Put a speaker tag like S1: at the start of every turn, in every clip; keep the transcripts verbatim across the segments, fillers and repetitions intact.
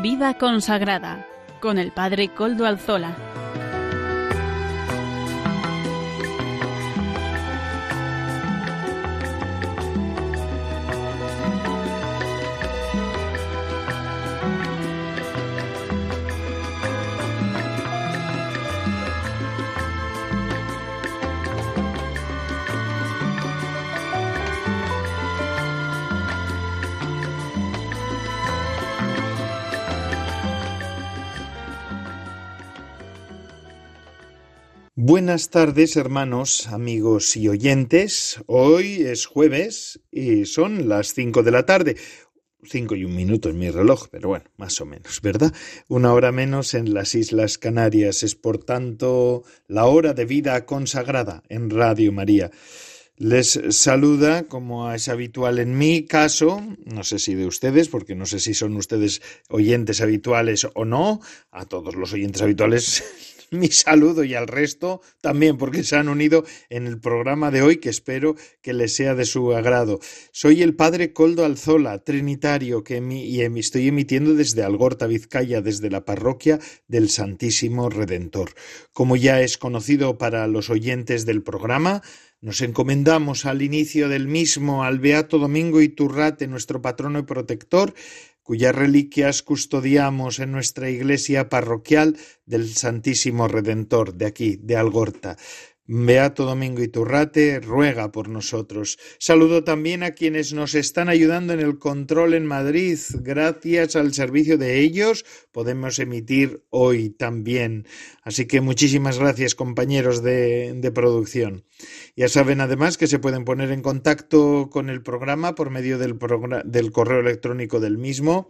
S1: Vida consagrada con el Padre Koldo Alzola.
S2: Buenas tardes, hermanos, amigos y oyentes. Hoy es jueves y son las cinco de la tarde. Cinco y un minuto en mi reloj, pero bueno, más o menos, ¿verdad? Una hora menos en las Islas Canarias. Es, por tanto, la hora de vida consagrada en Radio María. Les saluda, como es habitual en mi caso, no sé si de ustedes, porque no sé si son ustedes oyentes habituales o no, a todos los oyentes habituales mi saludo y al resto también, porque se han unido en el programa de hoy, que espero que les sea de su agrado. Soy el Padre Koldo Alzola, trinitario, que emi- y emi- estoy emitiendo desde Algorta, Vizcaya, desde la parroquia del Santísimo Redentor. Como ya es conocido para los oyentes del programa, nos encomendamos al inicio del mismo al Beato Domingo Iturrate, nuestro patrono y protector, cuyas reliquias custodiamos en nuestra iglesia parroquial del Santísimo Redentor, de aquí, de Algorta. Beato Domingo Iturrate, ruega por nosotros. Saludo también a quienes nos están ayudando en el control en Madrid. Gracias al servicio de ellos podemos emitir hoy también. Así que muchísimas gracias, compañeros de, de producción. Ya saben además que se pueden poner en contacto con el programa por medio del, programa, del correo electrónico del mismo,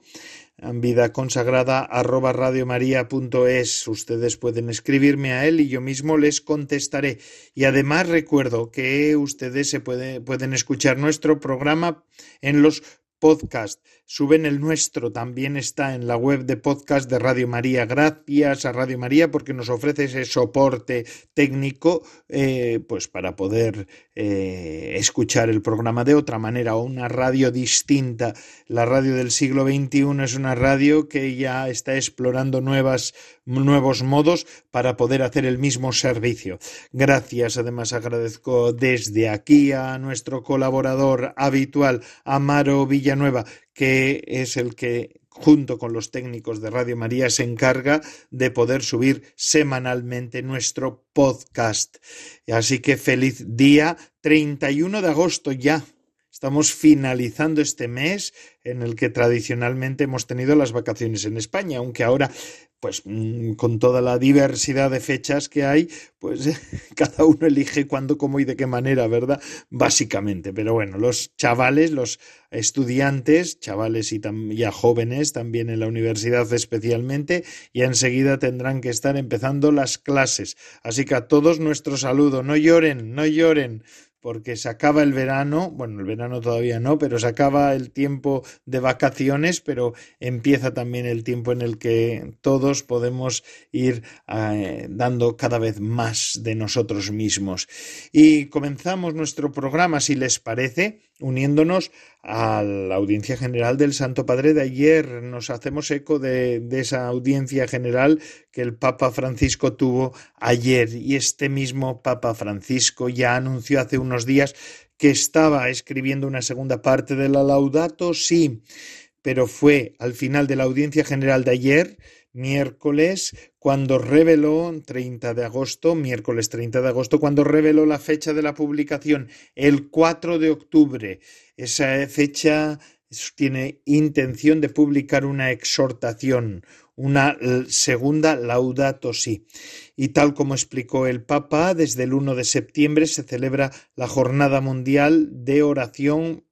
S2: vida consagrada arroba radiomaria punto es. Ustedes pueden escribirme a él y yo mismo les contestaré. Y además recuerdo que ustedes se puede, pueden escuchar nuestro programa en los podcast. Suben el nuestro, también está en la web de podcast de Radio María. Gracias a Radio María porque nos ofrece ese soporte técnico eh, pues para poder eh, escuchar el programa de otra manera, o una radio distinta. La radio del siglo veintiuno es una radio que ya está explorando nuevas, nuevos modos para poder hacer el mismo servicio. Gracias, además agradezco desde aquí a nuestro colaborador habitual, Amaro Villanueva, que es el que, junto con los técnicos de Radio María, se encarga de poder subir semanalmente nuestro podcast. Así que feliz día, treinta y uno de agosto ya. Estamos finalizando este mes en el que tradicionalmente hemos tenido las vacaciones en España, aunque ahora, pues con toda la diversidad de fechas que hay, pues cada uno elige cuándo, cómo y de qué manera, ¿verdad? Básicamente. Pero bueno, los chavales, los estudiantes, chavales y tam- ya jóvenes, también en la universidad especialmente, ya enseguida tendrán que estar empezando las clases. Así que a todos nuestro saludo. No lloren, no lloren, porque se acaba el verano, bueno, el verano todavía no, pero se acaba el tiempo de vacaciones, pero empieza también el tiempo en el que todos podemos ir eh, dando cada vez más de nosotros mismos. Y comenzamos nuestro programa, si les parece, uniéndonos a la audiencia general del Santo Padre de ayer. Nos hacemos eco de, de esa audiencia general que el Papa Francisco tuvo ayer, y este mismo Papa Francisco ya anunció hace unos días que estaba escribiendo una segunda parte de la Laudato Si, pero fue al final de la audiencia general de ayer, miércoles, cuando reveló, treinta de agosto, miércoles treinta de agosto, cuando reveló la fecha de la publicación, el cuatro de octubre. Esa fecha tiene intención de publicar una exhortación, una segunda Laudato Si. Y tal como explicó el Papa, desde el uno de septiembre se celebra la Jornada Mundial de Oración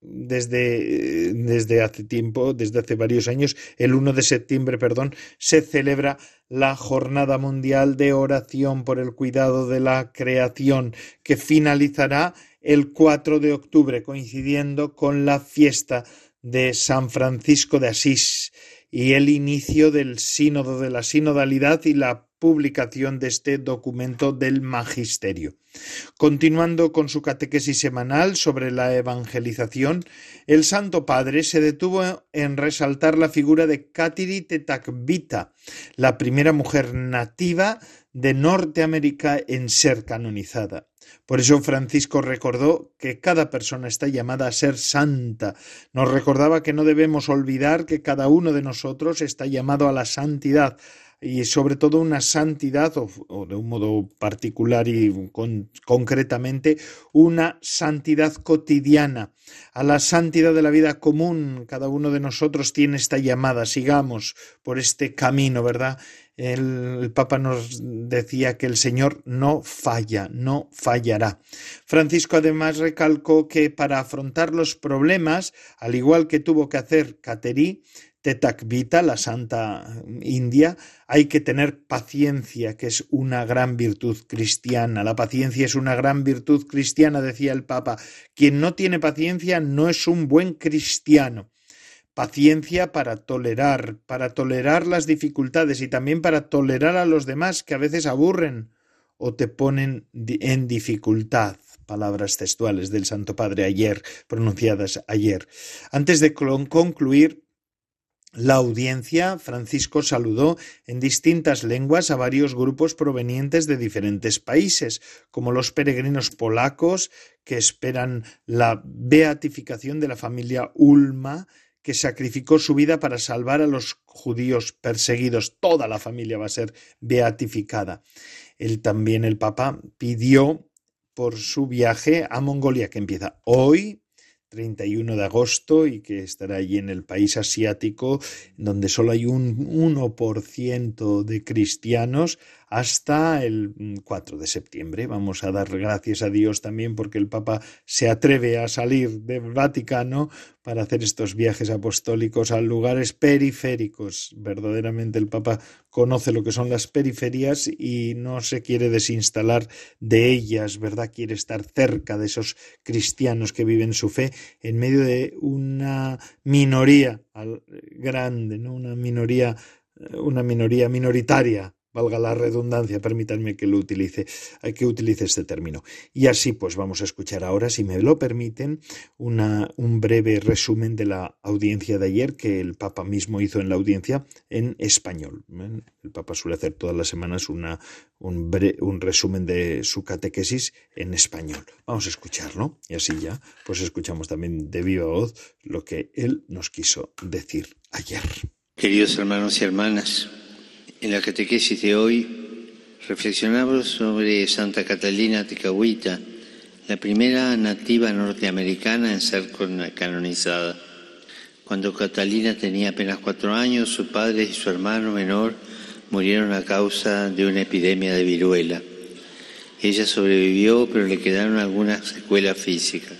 S2: desde, desde hace tiempo, desde hace varios años. El uno de septiembre, perdón, se celebra la Jornada Mundial de Oración por el cuidado de la creación, que finalizará el cuatro de octubre, coincidiendo con la fiesta de San Francisco de Asís y el inicio del sínodo, de la sinodalidad y la publicación de este documento del Magisterio. Continuando con su catequesis semanal sobre la evangelización, el Santo Padre se detuvo en resaltar la figura de Kateri Tekakwitha, la primera mujer nativa de Norteamérica en ser canonizada. Por eso Francisco recordó que cada persona está llamada a ser santa. Nos recordaba que no debemos olvidar que cada uno de nosotros está llamado a la santidad, y sobre todo una santidad, o, o de un modo particular y con, concretamente, una santidad cotidiana, a la santidad de la vida común. Cada uno de nosotros tiene esta llamada, sigamos por este camino, ¿verdad? El, el Papa nos decía que el Señor no falla, no fallará. Francisco además recalcó que para afrontar los problemas, al igual que tuvo que hacer Kateri Tekakwitha, la santa india, hay que tener paciencia, que es una gran virtud cristiana. La paciencia es una gran virtud cristiana, decía el Papa. Quien no tiene paciencia no es un buen cristiano. Paciencia para tolerar, para tolerar las dificultades y también para tolerar a los demás que a veces aburren o te ponen en dificultad. Palabras textuales del Santo Padre ayer, pronunciadas ayer. Antes de concluir la audiencia, Francisco saludó en distintas lenguas a varios grupos provenientes de diferentes países, como los peregrinos polacos que esperan la beatificación de la familia Ulma, que sacrificó su vida para salvar a los judíos perseguidos. Toda la familia va a ser beatificada. Él también, el Papa, pidió por su viaje a Mongolia, que empieza hoy, treinta y uno de agosto, y que estará allí en el país asiático, donde solo hay un uno por ciento de cristianos, hasta el cuatro de septiembre. Vamos a dar gracias a Dios también porque el Papa se atreve a salir del Vaticano para hacer estos viajes apostólicos a lugares periféricos. Verdaderamente el Papa conoce lo que son las periferias y no se quiere desinstalar de ellas, ¿verdad? Quiere estar cerca de esos cristianos que viven su fe en medio de una minoría grande, ¿no? Una minoría, una minoría minoritaria. Valga la redundancia, permítanme que lo utilice, que utilice este término. Y así pues vamos a escuchar ahora, si me lo permiten, una, un breve resumen de la audiencia de ayer que el Papa mismo hizo en la audiencia en español. El Papa suele hacer todas las semanas una, un, bre, un resumen de su catequesis en español. Vamos a escucharlo y así ya pues escuchamos también de viva voz lo que él nos quiso decir ayer.
S3: Queridos hermanos y hermanas, en la catequesis de hoy reflexionamos sobre Santa Catalina Tekakwitha, la primera nativa norteamericana en ser canonizada. Cuando Catalina tenía apenas cuatro años, su padre y su hermano menor murieron a causa de una epidemia de viruela. Ella sobrevivió, pero le quedaron algunas secuelas físicas.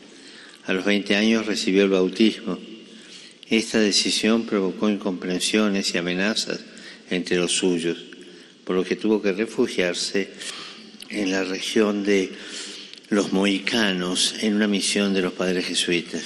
S3: A los veinte años recibió el bautismo. Esta decisión provocó incomprensiones y amenazas entre los suyos, por lo que tuvo que refugiarse en la región de los Mohicanos, en una misión de los padres jesuitas.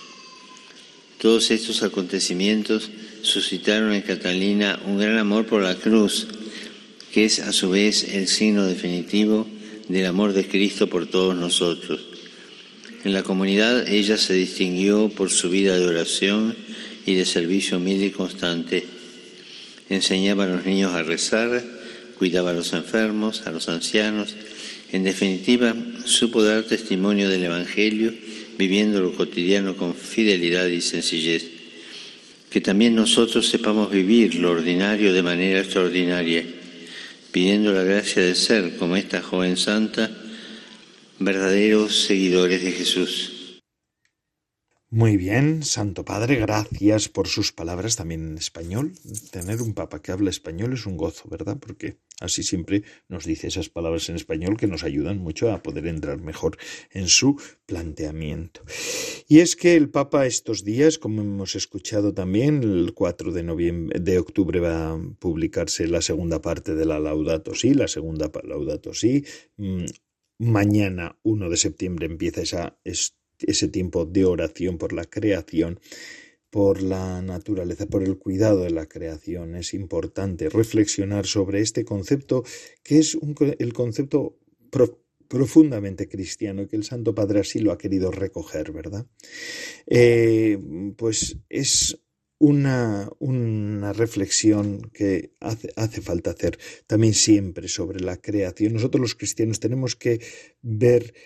S3: Todos estos acontecimientos suscitaron en Catalina un gran amor por la cruz, que es a su vez el signo definitivo del amor de Cristo por todos nosotros. En la comunidad ella se distinguió por su vida de oración y de servicio humilde y constante. Enseñaba a los niños a rezar, cuidaba a los enfermos, a los ancianos. En definitiva, supo dar testimonio del Evangelio, viviendo lo cotidiano con fidelidad y sencillez. Que también nosotros sepamos vivir lo ordinario de manera extraordinaria, pidiendo la gracia de ser, como esta joven santa, verdaderos seguidores de Jesús.
S2: Muy bien, Santo Padre, gracias por sus palabras también en español. Tener un Papa que habla español es un gozo, ¿verdad? Porque así siempre nos dice esas palabras en español que nos ayudan mucho a poder entrar mejor en su planteamiento. Y es que el Papa estos días, como hemos escuchado también, el cuatro de noviembre, de octubre va a publicarse la segunda parte de la Laudato Si, la segunda Laudato Si. Mañana, uno de septiembre, empieza esa ese tiempo de oración por la creación, por la naturaleza, por el cuidado de la creación. Es importante reflexionar sobre este concepto, que es un, el concepto pro, profundamente cristiano, que el Santo Padre así lo ha querido recoger, ¿verdad? Eh, pues es una, una reflexión que hace, hace falta hacer también siempre sobre la creación. Nosotros los cristianos tenemos que ver,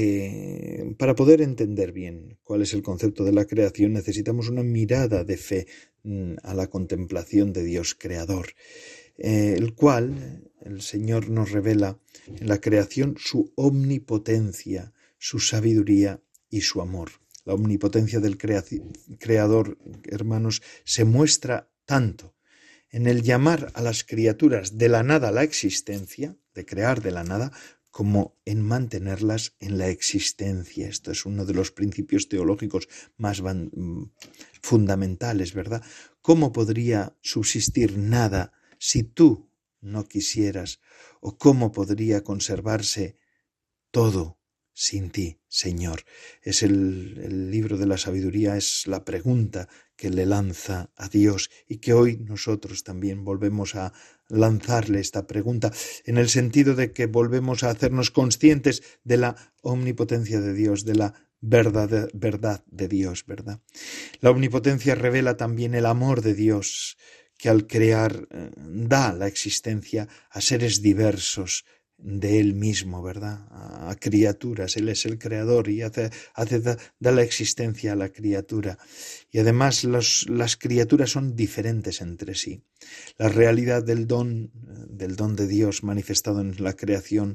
S2: eh, para poder entender bien cuál es el concepto de la creación, necesitamos una mirada de fe mm, a la contemplación de Dios creador, eh, el cual el Señor nos revela en la creación su omnipotencia, su sabiduría y su amor. La omnipotencia del crea- Creador, hermanos, se muestra tanto en el llamar a las criaturas de la nada a la existencia, de crear de la nada, como en mantenerlas en la existencia. Esto es uno de los principios teológicos más van, fundamentales, ¿verdad? ¿Cómo podría subsistir nada si tú no quisieras? ¿O cómo podría conservarse todo sin ti, Señor? Es el, el libro de la sabiduría, es la pregunta que le lanza a Dios y que hoy nosotros también volvemos a lanzarle esta pregunta, en el sentido de que volvemos a hacernos conscientes de la omnipotencia de Dios, de la verdad, verdad de Dios, ¿verdad? La omnipotencia revela también el amor de Dios, que al crear eh, da la existencia a seres diversos de Él mismo, ¿verdad? A, a criaturas. Él es el creador y hace, hace da, da la existencia a la criatura. Y además los, las criaturas son diferentes entre sí. La realidad del don, del don de Dios manifestado en la creación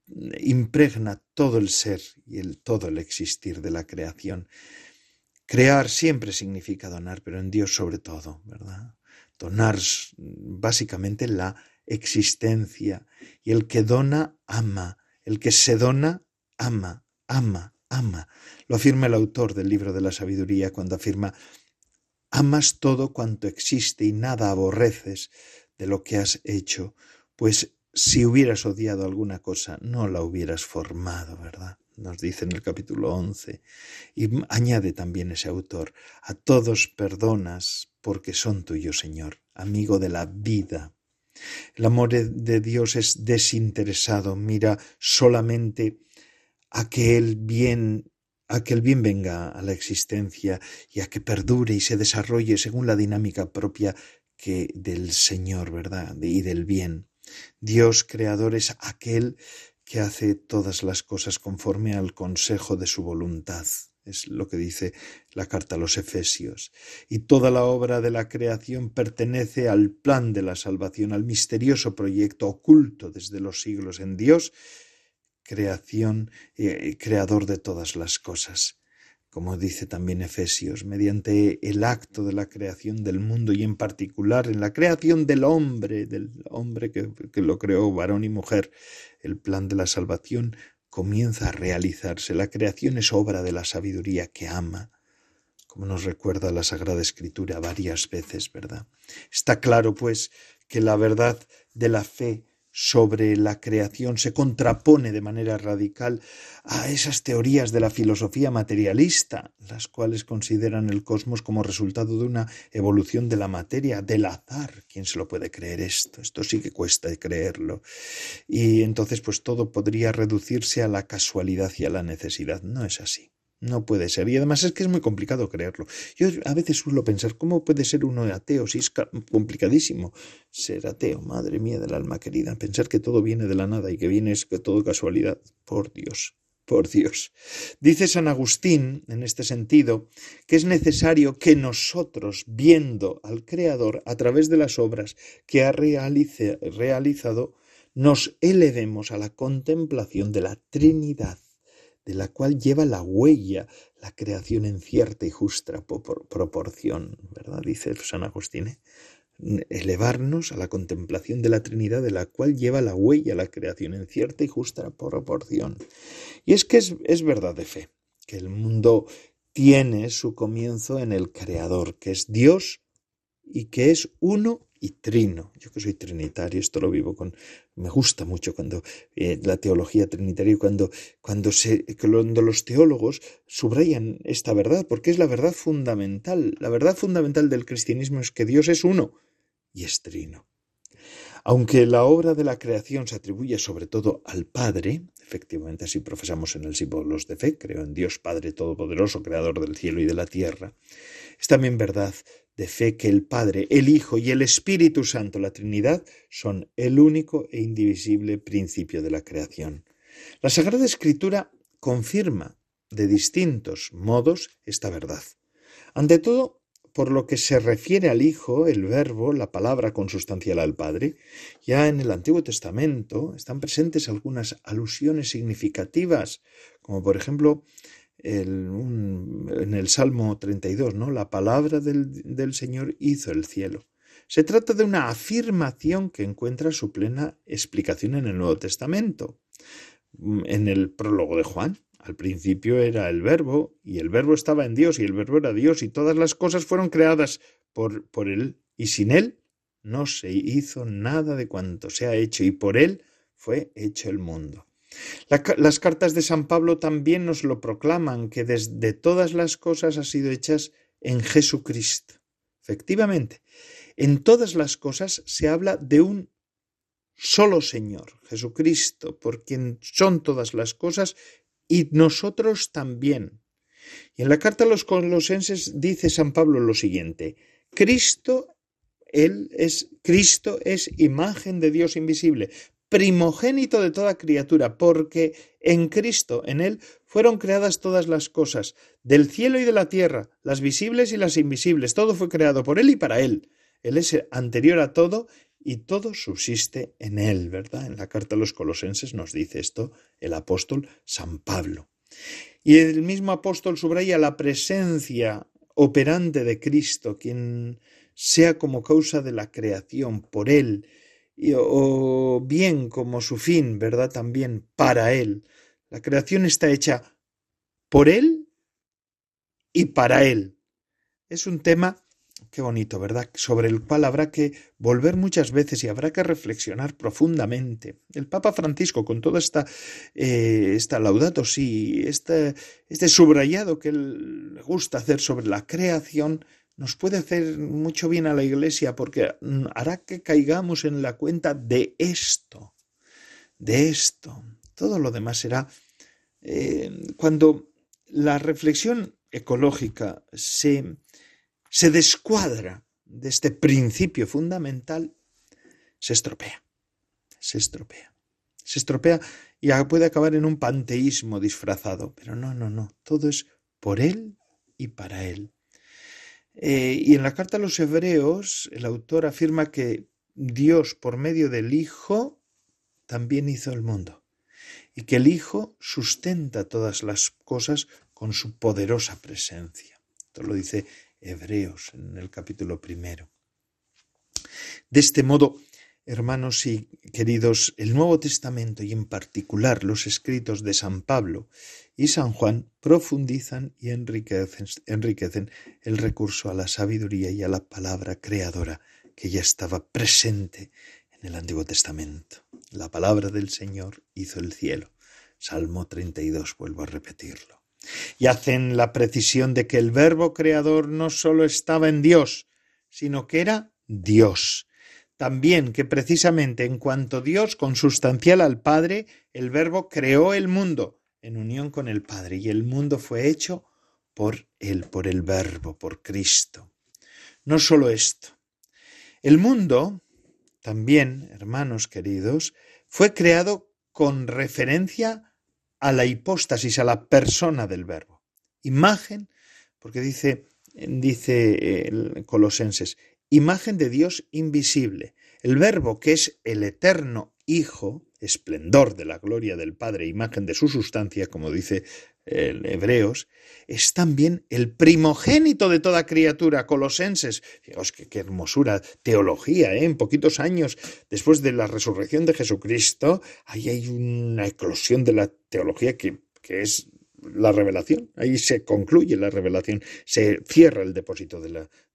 S2: impregna todo el ser y el, todo el existir de la creación. Crear siempre significa donar, pero en Dios sobre todo, ¿verdad? Donar básicamente la existencia, y el que dona ama, el que se dona ama, ama, ama. Lo afirma el autor del libro de la sabiduría cuando afirma: amas todo cuanto existe y nada aborreces de lo que has hecho, pues si hubieras odiado alguna cosa no la hubieras formado, ¿verdad? Nos dice en el capítulo once. Y añade también ese autor: a todos perdonas porque son tuyos, Señor, amigo de la vida. El amor de Dios es desinteresado, mira solamente a que el bien, a que el bien venga a la existencia y a que perdure y se desarrolle según la dinámica propia que del Señor, ¿verdad? Y del bien. Dios creador es aquel que hace todas las cosas conforme al consejo de su voluntad. Es lo que dice la carta a los Efesios. Y toda la obra de la creación pertenece al plan de la salvación, al misterioso proyecto oculto desde los siglos en Dios, creación, eh, creador de todas las cosas. Como dice también Efesios, mediante el acto de la creación del mundo y en particular en la creación del hombre, del hombre que, que lo creó varón y mujer, el plan de la salvación comienza a realizarse. La creación es obra de la sabiduría que ama, como nos recuerda la Sagrada Escritura varias veces, ¿verdad? Está claro, pues, que la verdad de la fe sobre la creación se contrapone de manera radical a esas teorías de la filosofía materialista, las cuales consideran el cosmos como resultado de una evolución de la materia, del azar. ¿Quién se lo puede creer esto? Esto sí que cuesta creerlo. Y entonces pues todo podría reducirse a la casualidad y a la necesidad. No es así. No puede ser. Y además es que es muy complicado creerlo. Yo a veces suelo pensar, ¿cómo puede ser uno ateo? Si es complicadísimo ser ateo. Madre mía del alma querida. Pensar que todo viene de la nada y que viene es que todo casualidad. Por Dios, por Dios. Dice San Agustín, en este sentido, que es necesario que nosotros, viendo al Creador a través de las obras que ha realice, realizado, nos elevemos a la contemplación de la Trinidad, de la cual lleva la huella la creación en cierta y justa proporción, ¿verdad? Dice San Agustín, ¿eh? Elevarnos a la contemplación de la Trinidad, de la cual lleva la huella la creación en cierta y justa proporción. Y es que es, es verdad de fe, que el mundo tiene su comienzo en el Creador, que es Dios y que es uno y trino. Yo que soy trinitario, esto lo vivo con... Me gusta mucho cuando eh, la teología trinitaria, cuando, cuando, se, cuando los teólogos subrayan esta verdad, porque es la verdad fundamental. La verdad fundamental del cristianismo es que Dios es uno y es trino. Aunque la obra de la creación se atribuye sobre todo al Padre, efectivamente así profesamos en el Símbolos de Fe, creo en Dios Padre Todopoderoso, Creador del cielo y de la tierra, es también verdad de fe que el Padre, el Hijo y el Espíritu Santo, la Trinidad, son el único e indivisible principio de la creación. La Sagrada Escritura confirma de distintos modos esta verdad. Ante todo, por lo que se refiere al Hijo, el Verbo, la palabra consustancial al Padre, ya en el Antiguo Testamento están presentes algunas alusiones significativas, como por ejemplo el, un, en el Salmo treinta y dos, ¿no? La palabra del, del Señor hizo el cielo. Se trata de una afirmación que encuentra su plena explicación en el Nuevo Testamento. En el prólogo de Juan, al principio era el Verbo, y el Verbo estaba en Dios, y el Verbo era Dios, y todas las cosas fueron creadas por, por Él, y sin Él no se hizo nada de cuanto se ha hecho, y por Él fue hecho el mundo. La, las cartas de San Pablo también nos lo proclaman, que desde todas las cosas ha sido hechas en Jesucristo. Efectivamente, en todas las cosas se habla de un solo Señor, Jesucristo, por quien son todas las cosas, y nosotros también. Y en la carta a los Colosenses dice San Pablo lo siguiente: Cristo, él es, Cristo es imagen de Dios invisible, primogénito de toda criatura, porque en Cristo, en Él, fueron creadas todas las cosas, del cielo y de la tierra, las visibles y las invisibles. Todo fue creado por Él y para Él. Él es anterior a todo y todo subsiste en Él, ¿verdad? En la carta a los Colosenses nos dice esto el apóstol San Pablo. Y el mismo apóstol subraya la presencia operante de Cristo, quien sea como causa de la creación por Él, y, o bien como su fin, ¿verdad? También para Él. La creación está hecha por Él y para Él. Es un tema, qué bonito, ¿verdad?, sobre el cual habrá que volver muchas veces y habrá que reflexionar profundamente. El Papa Francisco, con toda esta, eh, esta Laudato Si, este, este subrayado que él le gusta hacer sobre la creación, nos puede hacer mucho bien a la Iglesia, porque hará que caigamos en la cuenta de esto, de esto. Todo lo demás será... Eh, cuando la reflexión ecológica se, se descuadra de este principio fundamental, se estropea, se estropea. Se estropea y puede acabar en un panteísmo disfrazado. Pero no, no, no. Todo es por Él y para Él. Eh, y en la carta a los Hebreos, el autor afirma que Dios, por medio del Hijo, también hizo el mundo, y que el Hijo sustenta todas las cosas con su poderosa presencia. Esto lo dice Hebreos en el capítulo primero. De este modo, hermanos y queridos, el Nuevo Testamento y en particular los escritos de San Pablo y San Juan profundizan y enriquecen, enriquecen el recurso a la sabiduría y a la palabra creadora que ya estaba presente en el Antiguo Testamento. La palabra del Señor hizo el cielo. Salmo treinta y dos, vuelvo a repetirlo. Y hacen la precisión de que el Verbo creador no solo estaba en Dios, sino que era Dios. También que precisamente en cuanto Dios, consustancial al Padre, el Verbo creó el mundo en unión con el Padre, y el mundo fue hecho por Él, por el Verbo, por Cristo. No solo esto. El mundo también, hermanos queridos, fue creado con referencia a la hipóstasis, a la persona del Verbo. Imagen, porque dice, dice el Colosenses, imagen de Dios invisible. El Verbo, que es el eterno Hijo, esplendor de la gloria del Padre, imagen de su sustancia, como dice el Hebreos, es también el primogénito de toda criatura. Colosenses, fijaos qué, qué hermosura, teología, ¿eh? En poquitos años después de la resurrección de Jesucristo, ahí hay una eclosión de la teología que, que es la revelación. Ahí se concluye la revelación, se cierra el depósito de la,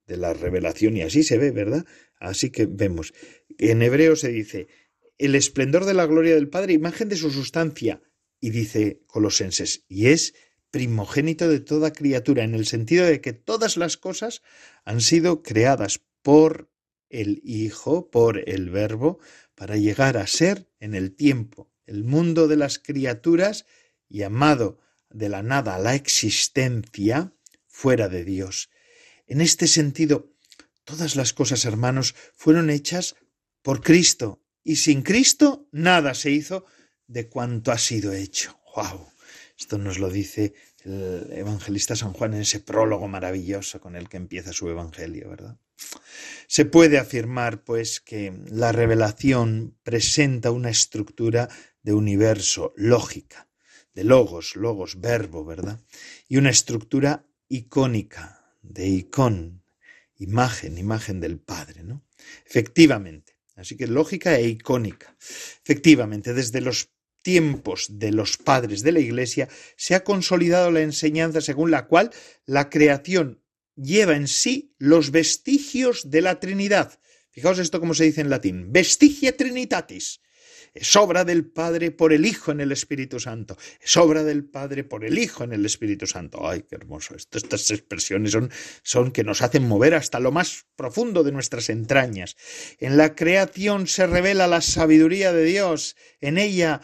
S2: de la revelación, y así se ve, ¿verdad? Así que vemos, en hebreo se dice, el esplendor de la gloria del Padre, imagen de su sustancia, y dice Colosenses, y es primogénito de toda criatura, en el sentido de que todas las cosas han sido creadas por el Hijo, por el Verbo, para llegar a ser en el tiempo, el mundo de las criaturas, llamado de la nada a la existencia, fuera de Dios. En este sentido, todas las cosas, hermanos, fueron hechas por Cristo, y sin Cristo nada se hizo de cuanto ha sido hecho. ¡Wow! Esto nos lo dice el evangelista San Juan en ese prólogo maravilloso con el que empieza su evangelio, ¿verdad? Se puede afirmar, pues, que la revelación presenta una estructura de universo lógica, de logos, logos, verbo, ¿verdad? Y una estructura icónica, de icón, imagen, imagen del Padre, ¿no? Efectivamente, así que lógica e icónica. Efectivamente, desde los tiempos de los padres de la Iglesia se ha consolidado la enseñanza según la cual la creación lleva en sí los vestigios de la Trinidad. Fijaos esto como se dice en latín, vestigia Trinitatis. Es obra del Padre por el Hijo en el Espíritu Santo. Es obra del Padre por el Hijo en el Espíritu Santo. ¡Ay, qué hermoso! Esto, estas expresiones son, son que nos hacen mover hasta lo más profundo de nuestras entrañas. En la creación se revela la sabiduría de Dios. En ella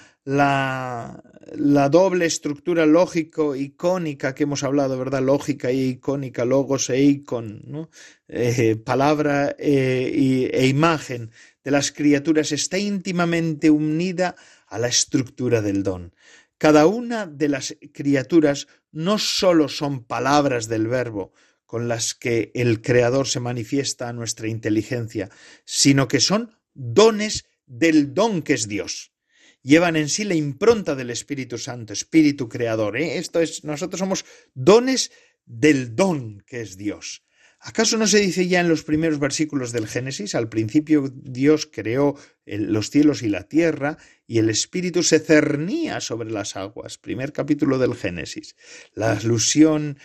S2: la, la doble estructura lógico-icónica que hemos hablado, ¿verdad? Lógica e icónica, logos e icon, ¿no? Eh, palabra eh, y, e imagen de las criaturas está íntimamente unida a la estructura del don. Cada una de las criaturas no solo son palabras del Verbo con las que el Creador se manifiesta a nuestra inteligencia, sino que son dones del don que es Dios. Llevan en sí la impronta del Espíritu Santo, Espíritu Creador. ¿eh? Esto es, nosotros somos dones del don que es Dios. ¿Acaso no se dice ya en los primeros versículos del Génesis? Al principio Dios creó el, los cielos y la tierra y el Espíritu se cernía sobre las aguas. Primer capítulo del Génesis. La alusión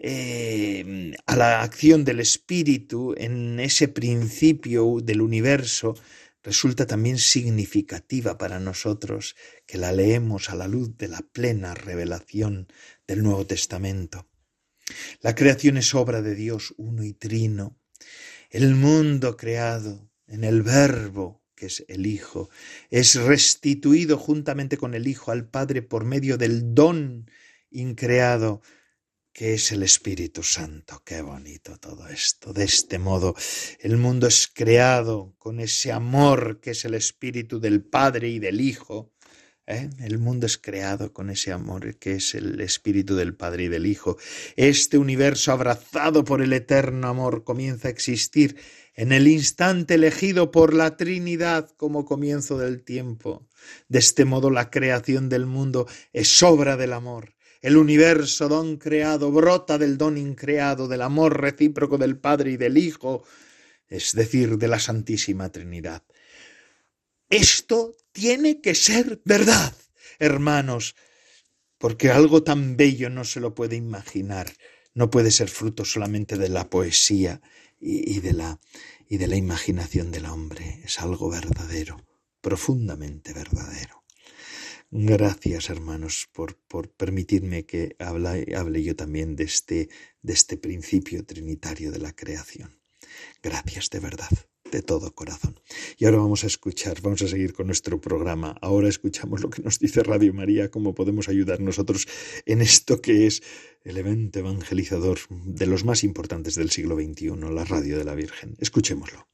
S2: eh, a la acción del Espíritu en ese principio del universo resulta también significativa para nosotros que la leemos a la luz de la plena revelación del Nuevo Testamento. La creación es obra de Dios uno y trino. El mundo creado en el Verbo, que es el Hijo, es restituido juntamente con el Hijo al Padre por medio del don increado, que es el Espíritu Santo. Qué bonito todo esto. De este modo, el mundo es creado con ese amor que es el Espíritu del Padre y del Hijo. ¿Eh? El mundo es creado con ese amor que es el Espíritu del Padre y del Hijo. Este universo abrazado por el eterno amor comienza a existir en el instante elegido por la Trinidad como comienzo del tiempo. De este modo la creación del mundo es obra del amor. El universo, don creado, brota del don increado, del amor recíproco del Padre y del Hijo, es decir, de la Santísima Trinidad. Esto tiene que ser verdad, hermanos, porque algo tan bello no se lo puede imaginar, no puede ser fruto solamente de la poesía y, y, de la, y de la imaginación del hombre, es algo verdadero, profundamente verdadero. Gracias, hermanos, por, por permitirme que hable, hable yo también de este, de este principio trinitario de la creación. Gracias de verdad. De todo corazón. Y ahora vamos a escuchar, vamos a seguir con nuestro programa. Ahora escuchamos lo que nos dice Radio María, cómo podemos ayudar nosotros en esto que es el evento evangelizador de los más importantes del siglo veintiuno, la Radio de la Virgen. Escuchémoslo.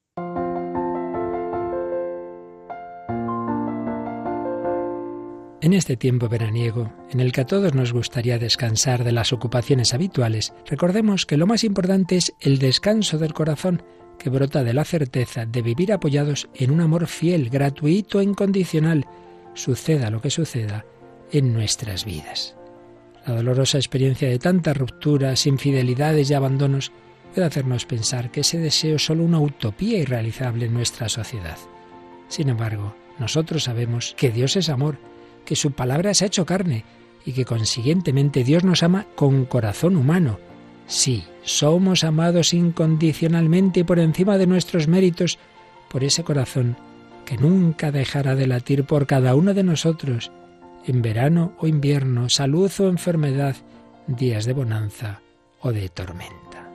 S4: En este tiempo veraniego, en el que a todos nos gustaría descansar de las ocupaciones habituales, recordemos que lo más importante es el descanso del corazón, que brota de la certeza de vivir apoyados en un amor fiel, gratuito e incondicional, suceda lo que suceda en nuestras vidas. La dolorosa experiencia de tantas rupturas, infidelidades y abandonos puede hacernos pensar que ese deseo es solo una utopía irrealizable en nuestra sociedad. Sin embargo, nosotros sabemos que Dios es amor, que su palabra se ha hecho carne y que consiguientemente Dios nos ama con corazón humano, Sí, somos amados incondicionalmente y por encima de nuestros méritos por ese corazón que nunca dejará de latir por cada uno de nosotros, en verano o invierno, salud o enfermedad, días de bonanza o de tormenta.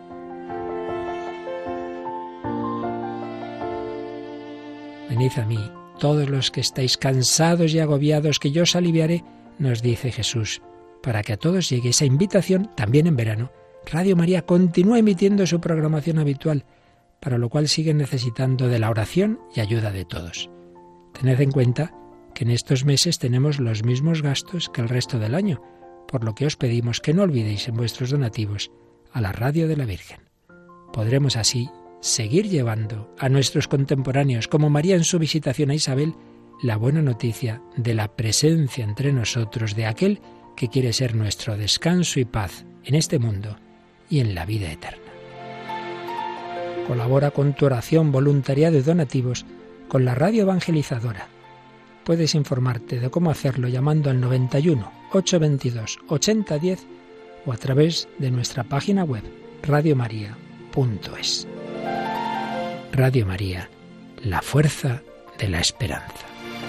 S4: Venid a mí, todos los que estáis cansados y agobiados, que yo os aliviaré, nos dice Jesús, para que a todos llegue esa invitación también en verano. Radio María continúa emitiendo su programación habitual, para lo cual sigue necesitando de la oración y ayuda de todos. Tened en cuenta que en estos meses tenemos los mismos gastos que el resto del año, por lo que os pedimos que no olvidéis en vuestros donativos a la Radio de la Virgen. Podremos así seguir llevando a nuestros contemporáneos, como María en su visitación a Isabel, la buena noticia de la presencia entre nosotros de aquel que quiere ser nuestro descanso y paz en este mundo y en la vida eterna. Colabora con tu oración, voluntariado y donativos con la Radio Evangelizadora. Puedes informarte de cómo hacerlo llamando al noventa y uno, ochocientos veintidós, ochenta diez o a través de nuestra página web radio maría punto es. Radio María, la fuerza de la esperanza.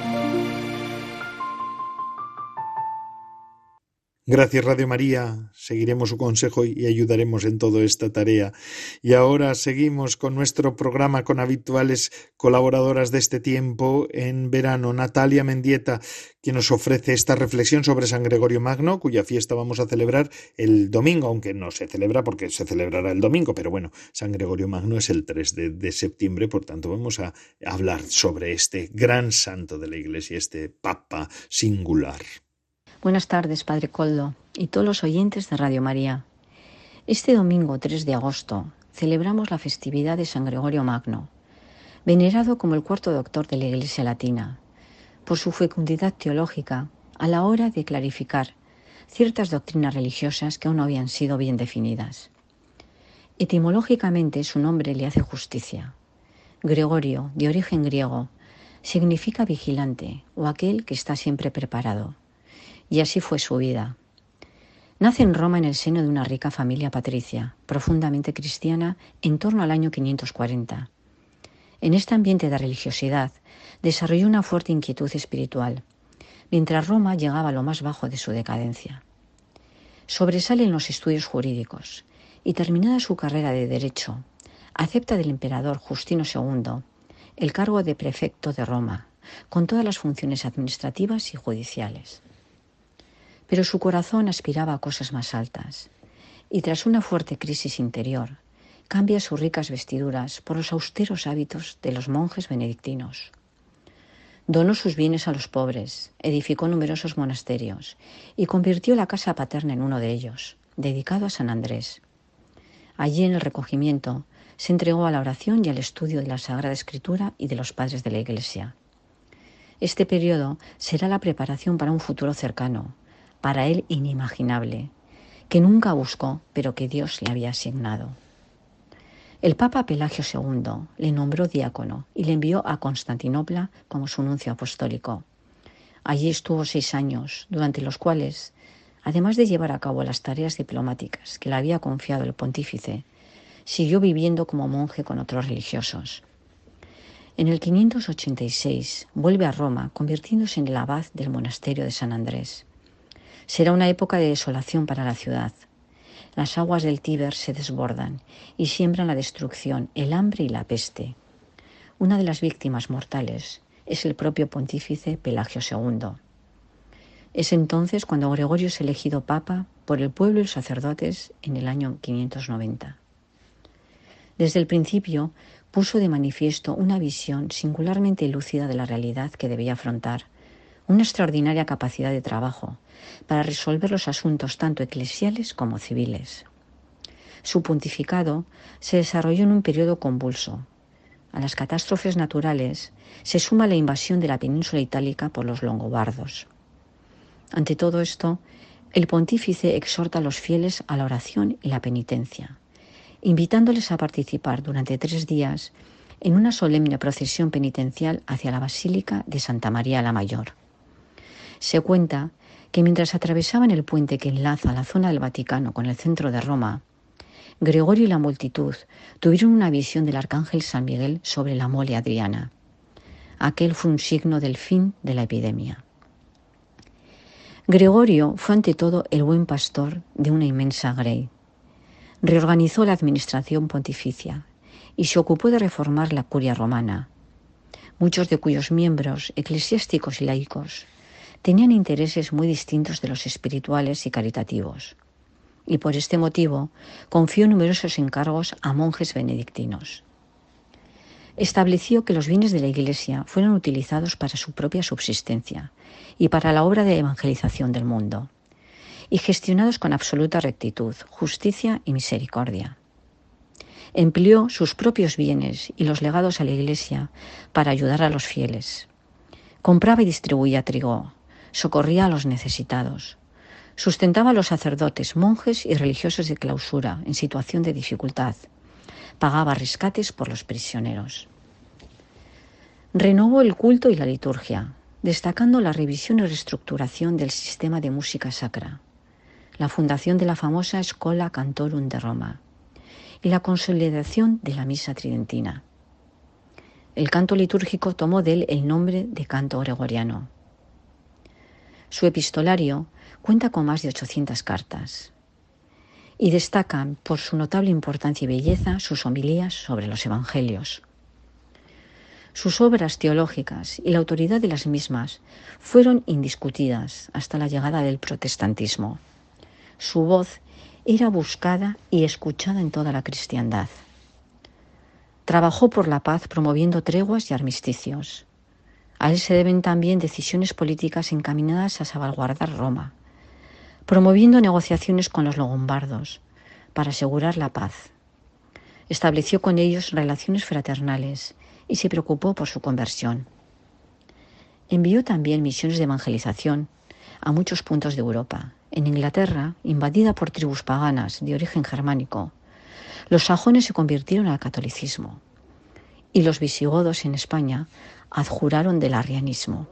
S2: Gracias, Radio María. Seguiremos su consejo y ayudaremos en toda esta tarea. Y ahora seguimos con nuestro programa con habituales colaboradoras de este tiempo en verano. Natalia Mendieta, quien nos ofrece esta reflexión sobre San Gregorio Magno, cuya fiesta vamos a celebrar el domingo, aunque no se celebra porque se celebrará el domingo, pero bueno, San Gregorio Magno es el tres de, de septiembre, por tanto vamos a hablar sobre este gran santo de la Iglesia, este Papa singular.
S5: Buenas tardes, Padre Coldo, y todos los oyentes de Radio María. Este domingo tres de agosto celebramos la festividad de San Gregorio Magno, venerado como el cuarto doctor de la Iglesia Latina, por su fecundidad teológica a la hora de clarificar ciertas doctrinas religiosas que aún no habían sido bien definidas. Etimológicamente su nombre le hace justicia. Gregorio, de origen griego, significa vigilante o aquel que está siempre preparado. Y así fue su vida. Nace en Roma en el seno de una rica familia patricia, profundamente cristiana, en torno al año quinientos cuarenta. En este ambiente de religiosidad, desarrolló una fuerte inquietud espiritual, mientras Roma llegaba a lo más bajo de su decadencia. Sobresale en los estudios jurídicos y, terminada su carrera de Derecho, acepta del emperador Justino segundo el cargo de prefecto de Roma, con todas las funciones administrativas y judiciales. Pero su corazón aspiraba a cosas más altas, y tras una fuerte crisis interior, cambia sus ricas vestiduras por los austeros hábitos de los monjes benedictinos. Donó sus bienes a los pobres, edificó numerosos monasterios y convirtió la casa paterna en uno de ellos, dedicado a San Andrés. Allí, en el recogimiento, se entregó a la oración y al estudio de la Sagrada Escritura y de los padres de la Iglesia. Este periodo será la preparación para un futuro cercano, para él inimaginable, que nunca buscó, pero que Dios le había asignado. El Papa Pelagio segundo le nombró diácono y le envió a Constantinopla como su nuncio apostólico. Allí estuvo seis años, durante los cuales, además de llevar a cabo las tareas diplomáticas que le había confiado el pontífice, siguió viviendo como monje con otros religiosos. En el quinientos ochenta y seis vuelve a Roma, convirtiéndose en el abad del monasterio de San Andrés. Será una época de desolación para la ciudad. Las aguas del Tíber se desbordan y siembran la destrucción, el hambre y la peste. Una de las víctimas mortales es el propio pontífice Pelagio segundo. Es entonces cuando Gregorio es elegido papa por el pueblo y los sacerdotes en el año quinientos noventa. Desde el principio puso de manifiesto una visión singularmente lúcida de la realidad que debía afrontar, una extraordinaria capacidad de trabajo para resolver los asuntos tanto eclesiales como civiles. Su pontificado se desarrolló en un periodo convulso. A las catástrofes naturales se suma la invasión de la península itálica por los longobardos. Ante todo esto, el pontífice exhorta a los fieles a la oración y la penitencia, invitándoles a participar durante tres días en una solemne procesión penitencial hacia la Basílica de Santa María la Mayor. Se cuenta que mientras atravesaban el puente que enlaza la zona del Vaticano con el centro de Roma, Gregorio y la multitud tuvieron una visión del arcángel San Miguel sobre la mole adriana. Aquel fue un signo del fin de la epidemia. Gregorio fue ante todo el buen pastor de una inmensa grey. Reorganizó la administración pontificia y se ocupó de reformar la curia romana, muchos de cuyos miembros, eclesiásticos y laicos, tenían intereses muy distintos de los espirituales y caritativos, y por este motivo confió numerosos encargos a monjes benedictinos. Estableció que los bienes de la Iglesia fueran utilizados para su propia subsistencia y para la obra de evangelización del mundo, y gestionados con absoluta rectitud, justicia y misericordia. Empleó sus propios bienes y los legados a la Iglesia para ayudar a los fieles. Compraba y distribuía trigo, socorría a los necesitados, sustentaba a los sacerdotes, monjes y religiosos de clausura en situación de dificultad, pagaba rescates por los prisioneros. Renovó el culto y la liturgia, destacando la revisión y reestructuración del sistema de música sacra, la fundación de la famosa Schola Cantorum de Roma y la consolidación de la misa tridentina. El canto litúrgico tomó de él el nombre de canto gregoriano. Su epistolario cuenta con más de ochocientas cartas y destacan por su notable importancia y belleza sus homilías sobre los evangelios. Sus obras teológicas y la autoridad de las mismas fueron indiscutidas hasta la llegada del protestantismo. Su voz era buscada y escuchada en toda la cristiandad. Trabajó por la paz promoviendo treguas y armisticios. A él se deben también decisiones políticas encaminadas a salvaguardar Roma, promoviendo negociaciones con los longobardos para asegurar la paz. Estableció con ellos relaciones fraternales y se preocupó por su conversión. Envió también misiones de evangelización a muchos puntos de Europa. En Inglaterra, invadida por tribus paganas de origen germánico, los sajones se convirtieron al catolicismo y los visigodos en España adjuraron del arrianismo.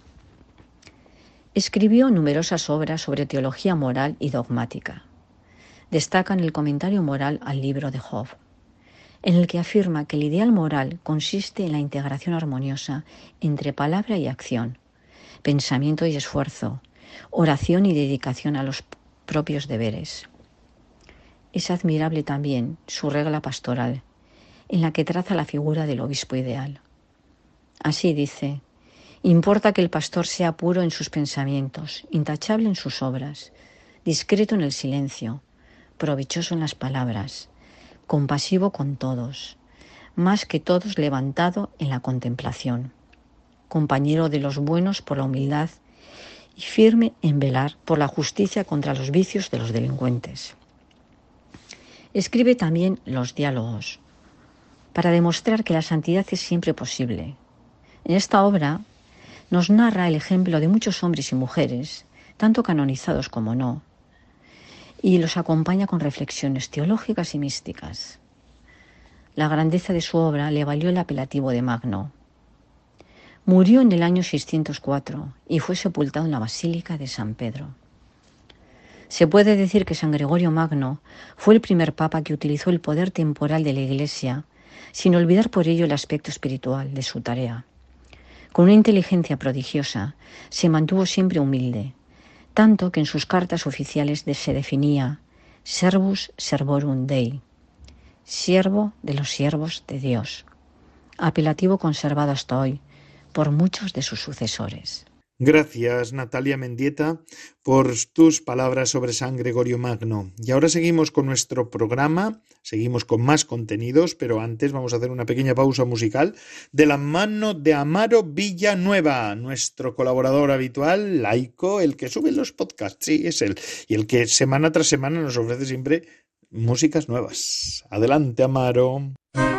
S5: Escribió numerosas obras sobre teología moral y dogmática. Destacan el comentario moral al libro de Job, en el que afirma que el ideal moral consiste en la integración armoniosa entre palabra y acción, pensamiento y esfuerzo, oración y dedicación a los propios deberes. Es admirable también su regla pastoral, en la que traza la figura del obispo ideal. Así dice: importa que el pastor sea puro en sus pensamientos, intachable en sus obras, discreto en el silencio, provechoso en las palabras, compasivo con todos, más que todos levantado en la contemplación, compañero de los buenos por la humildad y firme en velar por la justicia contra los vicios de los delincuentes. Escribe también los diálogos, para demostrar que la santidad es siempre posible. En esta obra nos narra el ejemplo de muchos hombres y mujeres, tanto canonizados como no, y los acompaña con reflexiones teológicas y místicas. La grandeza de su obra le valió el apelativo de Magno. Murió en el año seiscientos cuatro y fue sepultado en la Basílica de San Pedro. Se puede decir que San Gregorio Magno fue el primer papa que utilizó el poder temporal de la Iglesia sin olvidar por ello el aspecto espiritual de su tarea. Con una inteligencia prodigiosa, se mantuvo siempre humilde, tanto que en sus cartas oficiales se definía Servus Servorum Dei, siervo de los siervos de Dios, apelativo conservado hasta hoy por muchos de sus sucesores.
S2: Gracias, Natalia Mendieta, por tus palabras sobre San Gregorio Magno. Y ahora seguimos con nuestro programa, seguimos con más contenidos, pero antes vamos a hacer una pequeña pausa musical de la mano de Amaro Villanueva, nuestro colaborador habitual, laico, el que sube los podcasts, sí, es él, y el que semana tras semana nos ofrece siempre músicas nuevas. Adelante, Amaro.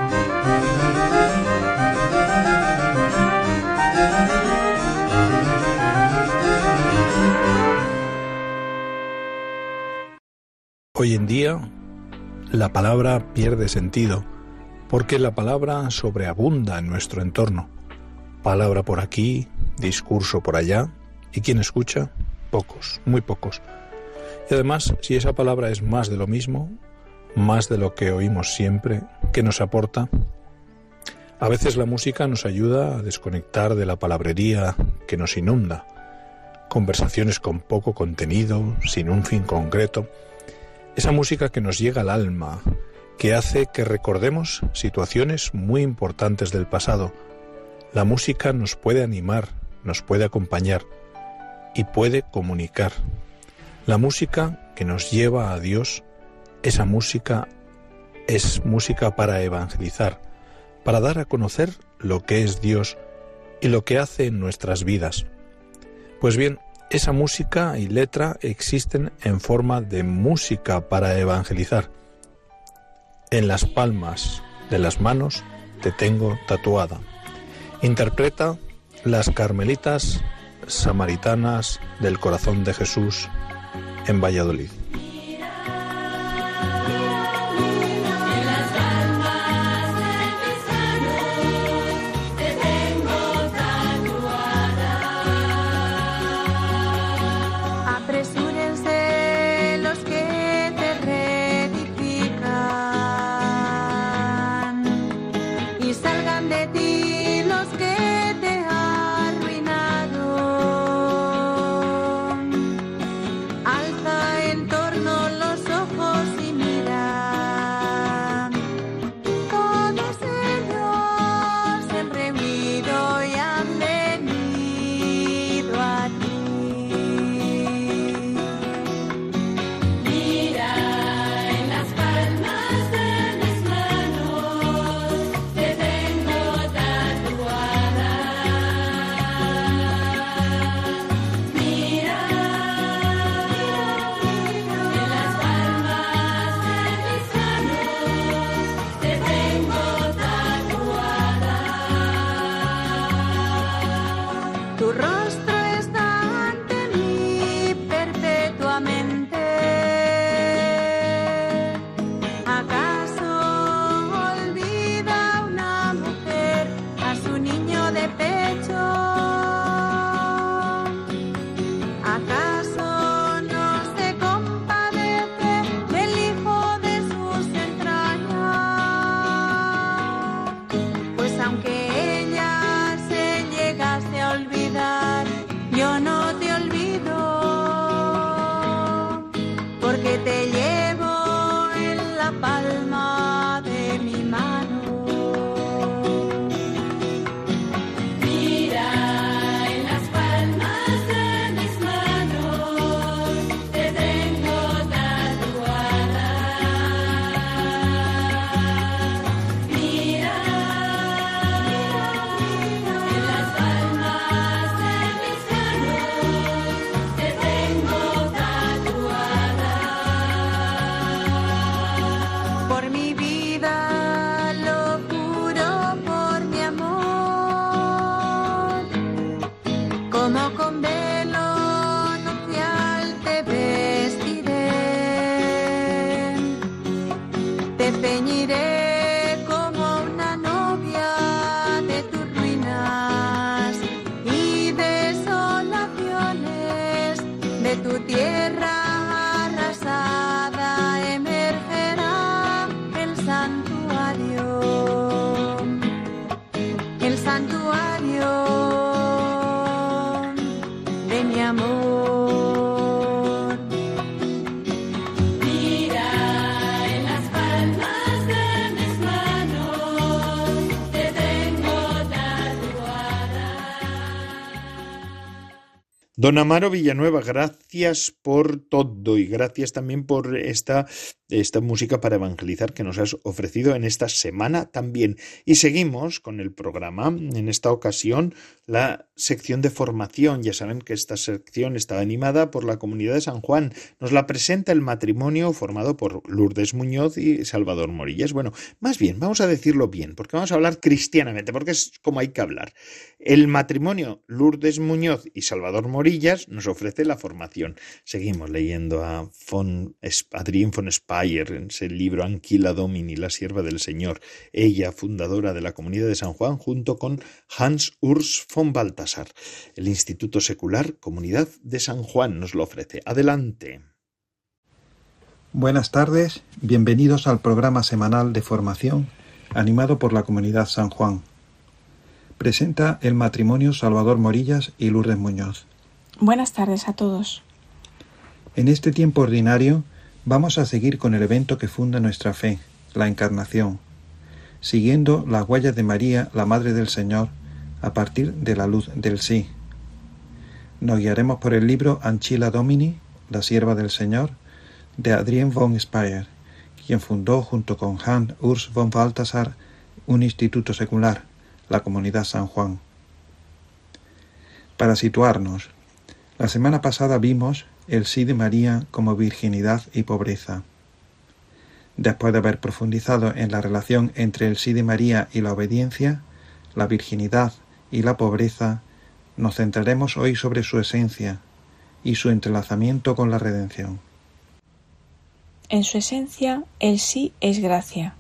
S6: Hoy en día, la palabra pierde sentido, porque la palabra sobreabunda en nuestro entorno. Palabra por aquí, discurso por allá, ¿y quién escucha? Pocos, muy pocos. Y además, si esa palabra es más de lo mismo, más de lo que oímos siempre, que nos aporta. A veces la música nos ayuda a desconectar de la palabrería que nos inunda, conversaciones con poco contenido, sin un fin concreto, esa música que nos llega al alma, que hace que recordemos situaciones muy importantes del pasado. La música nos puede animar, nos puede acompañar y puede comunicar. La música que nos lleva a Dios, esa música es música para evangelizar, para dar a conocer lo que es Dios y lo que hace en nuestras vidas. Pues bien, esa música y letra existen en forma de música para evangelizar. En las palmas de las manos te tengo tatuada. Interpreta las Carmelitas Samaritanas del Corazón de Jesús en Valladolid.
S2: Don Amaro Villanueva, gracias por todo y gracias también por esta, esta música para evangelizar que nos has ofrecido en esta semana también. Y seguimos con el programa, en esta ocasión la sección de formación. Ya saben que esta sección está animada por la Comunidad de San Juan. Nos la presenta el matrimonio formado por Lourdes Muñoz y Salvador Morillas. Bueno, más bien, vamos a decirlo bien, porque vamos a hablar cristianamente, porque es como hay que hablar. El matrimonio Lourdes Muñoz y Salvador Morillas nos ofrece la formación. Seguimos leyendo a von Adrien von Speyer en ese libro Anquila Domini, la sierva del Señor, ella fundadora de la Comunidad de San Juan junto con Hans Urs von Balthasar. El Instituto Secular Comunidad de San Juan nos lo ofrece. Adelante.
S7: Buenas tardes, bienvenidos al programa semanal de formación animado por la Comunidad San Juan. Presenta el matrimonio Salvador Morillas y Lourdes Muñoz.
S8: Buenas tardes a todos.
S7: En este tiempo ordinario vamos a seguir con el evento que funda nuestra fe, la Encarnación, siguiendo las huellas de María, la Madre del Señor, a partir de la luz del sí. Nos guiaremos por el libro Ancilla Domini, la sierva del Señor, de Adrienne von Speyr, quien fundó junto con Hans Urs von Balthasar un instituto secular, la Comunidad San Juan. Para situarnos, la semana pasada vimos el sí de María como virginidad y pobreza. Después de haber profundizado en la relación entre el sí de María y la obediencia, la virginidad y la pobreza, nos centraremos hoy sobre su esencia y su entrelazamiento con la redención.
S8: En su esencia, el sí es gracia.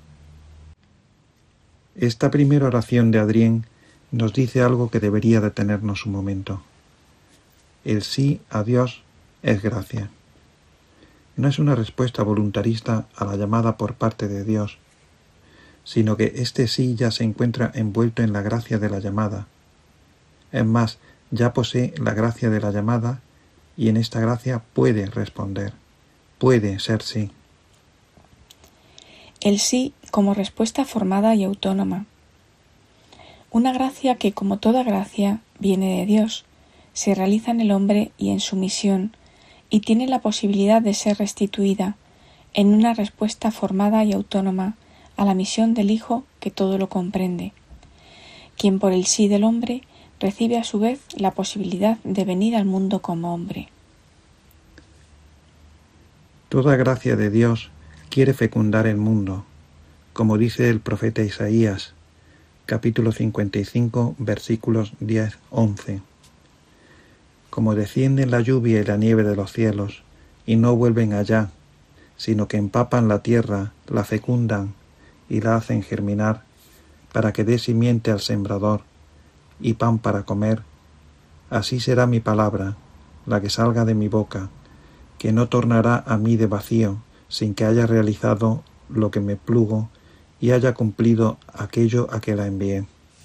S7: Esta primera oración de Adrienne nos dice algo que debería detenernos un momento. El sí a Dios es gracia. No es una respuesta voluntarista a la llamada por parte de Dios, sino que este sí ya se encuentra envuelto en la gracia de la llamada. Es más, ya posee la gracia de la llamada y en esta gracia puede responder, puede ser sí.
S8: El sí como respuesta formada y autónoma. Una gracia que, como toda gracia, viene de Dios, se realiza en el hombre y en su misión, y tiene la posibilidad de ser restituida en una respuesta formada y autónoma a la misión del Hijo que todo lo comprende, quien por el sí del hombre recibe a su vez la posibilidad de venir al mundo como hombre.
S7: Toda gracia de Dios quiere fecundar el mundo, como dice el profeta Isaías, capítulo cincuenta y cinco, versículos diez a once. Como descienden la lluvia y la nieve de los cielos, y no vuelven allá, sino que empapan la tierra, la fecundan y la hacen germinar, para que dé simiente al sembrador y pan para comer, así será mi palabra, la que salga de mi boca, que no tornará a mí de vacío, sin que haya realizado lo que me plugo y haya cumplido aquello a que la envié.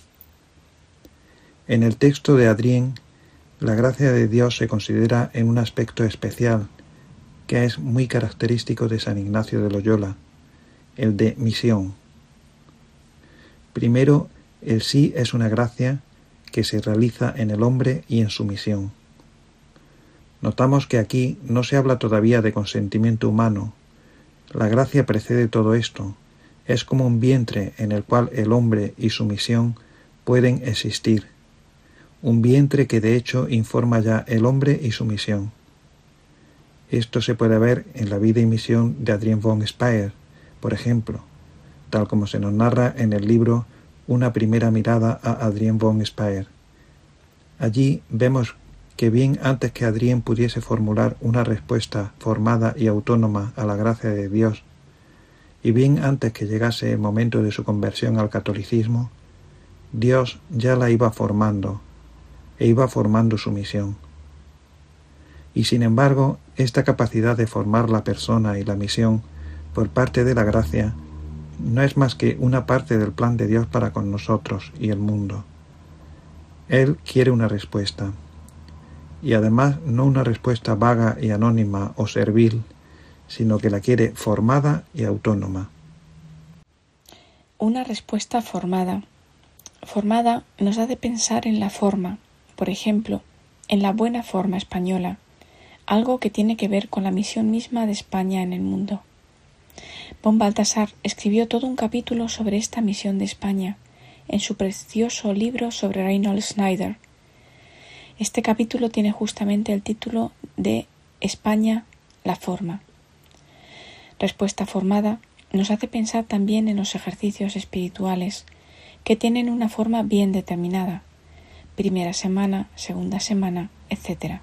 S7: En el texto de Adrienne, la gracia de Dios se considera en un aspecto especial, que es muy característico de San Ignacio de Loyola, el de misión. Primero, el sí es una gracia que se realiza en el hombre y en su misión. Notamos que aquí no se habla todavía de consentimiento humano. La gracia precede todo esto. Es como un vientre en el cual el hombre y su misión pueden existir. Un vientre que de hecho informa ya el hombre y su misión. Esto se puede ver en la vida y misión de Adrienne von Speyr, por ejemplo, tal como se nos narra en el libro Una primera mirada a Adrienne von Speyr. Allí vemos que bien antes que Adrienne pudiese formular una respuesta formada y autónoma a la gracia de Dios, y bien antes que llegase el momento de su conversión al catolicismo, Dios ya la iba formando, e iba formando su misión. Y sin embargo, esta capacidad de formar la persona y la misión por parte de la gracia no es más que una parte del plan de Dios para con nosotros y el mundo. Él quiere una respuesta, y además no una respuesta vaga y anónima o servil, sino que la quiere formada y autónoma.
S8: Una respuesta formada. Formada nos hace pensar en la forma, por ejemplo, en la buena forma española, algo que tiene que ver con la misión misma de España en el mundo. Von Balthasar escribió todo un capítulo sobre esta misión de España en su precioso libro sobre Reinhold Schneider. Este capítulo tiene justamente el título de España, la forma. Respuesta formada nos hace pensar también en los ejercicios espirituales, que tienen una forma bien determinada, primera semana, segunda semana, etcétera.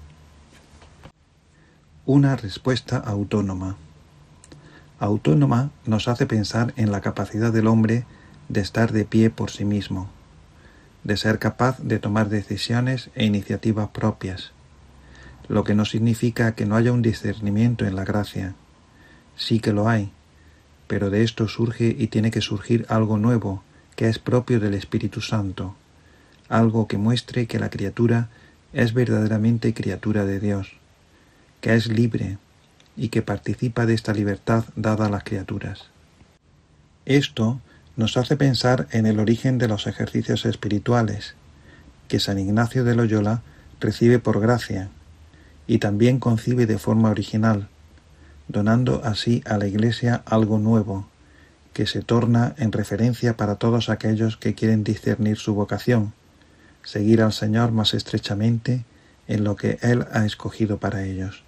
S7: Una respuesta autónoma. Autónoma nos hace pensar en la capacidad del hombre de estar de pie por sí mismo, de ser capaz de tomar decisiones e iniciativas propias, lo que no significa que no haya un discernimiento en la gracia, Sí que lo hay, pero de esto surge y tiene que surgir algo nuevo, que es propio del Espíritu Santo, algo que muestre que la criatura es verdaderamente criatura de Dios, que es libre y que participa de esta libertad dada a las criaturas. Esto nos hace pensar en el origen de los ejercicios espirituales, que San Ignacio de Loyola recibe por gracia y también concibe de forma original, donando así a la Iglesia algo nuevo, que se torna en referencia para todos aquellos que quieren discernir su vocación, seguir al Señor más estrechamente en lo que Él ha escogido para ellos.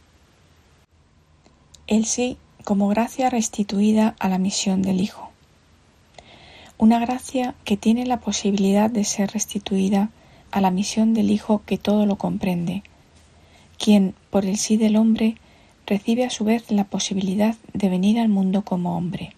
S8: El sí como gracia restituida a la misión del Hijo. Una gracia que tiene la posibilidad de ser restituida a la misión del Hijo que todo lo comprende, quien, por el sí del hombre, recibe a su vez la posibilidad de venir al mundo como hombre.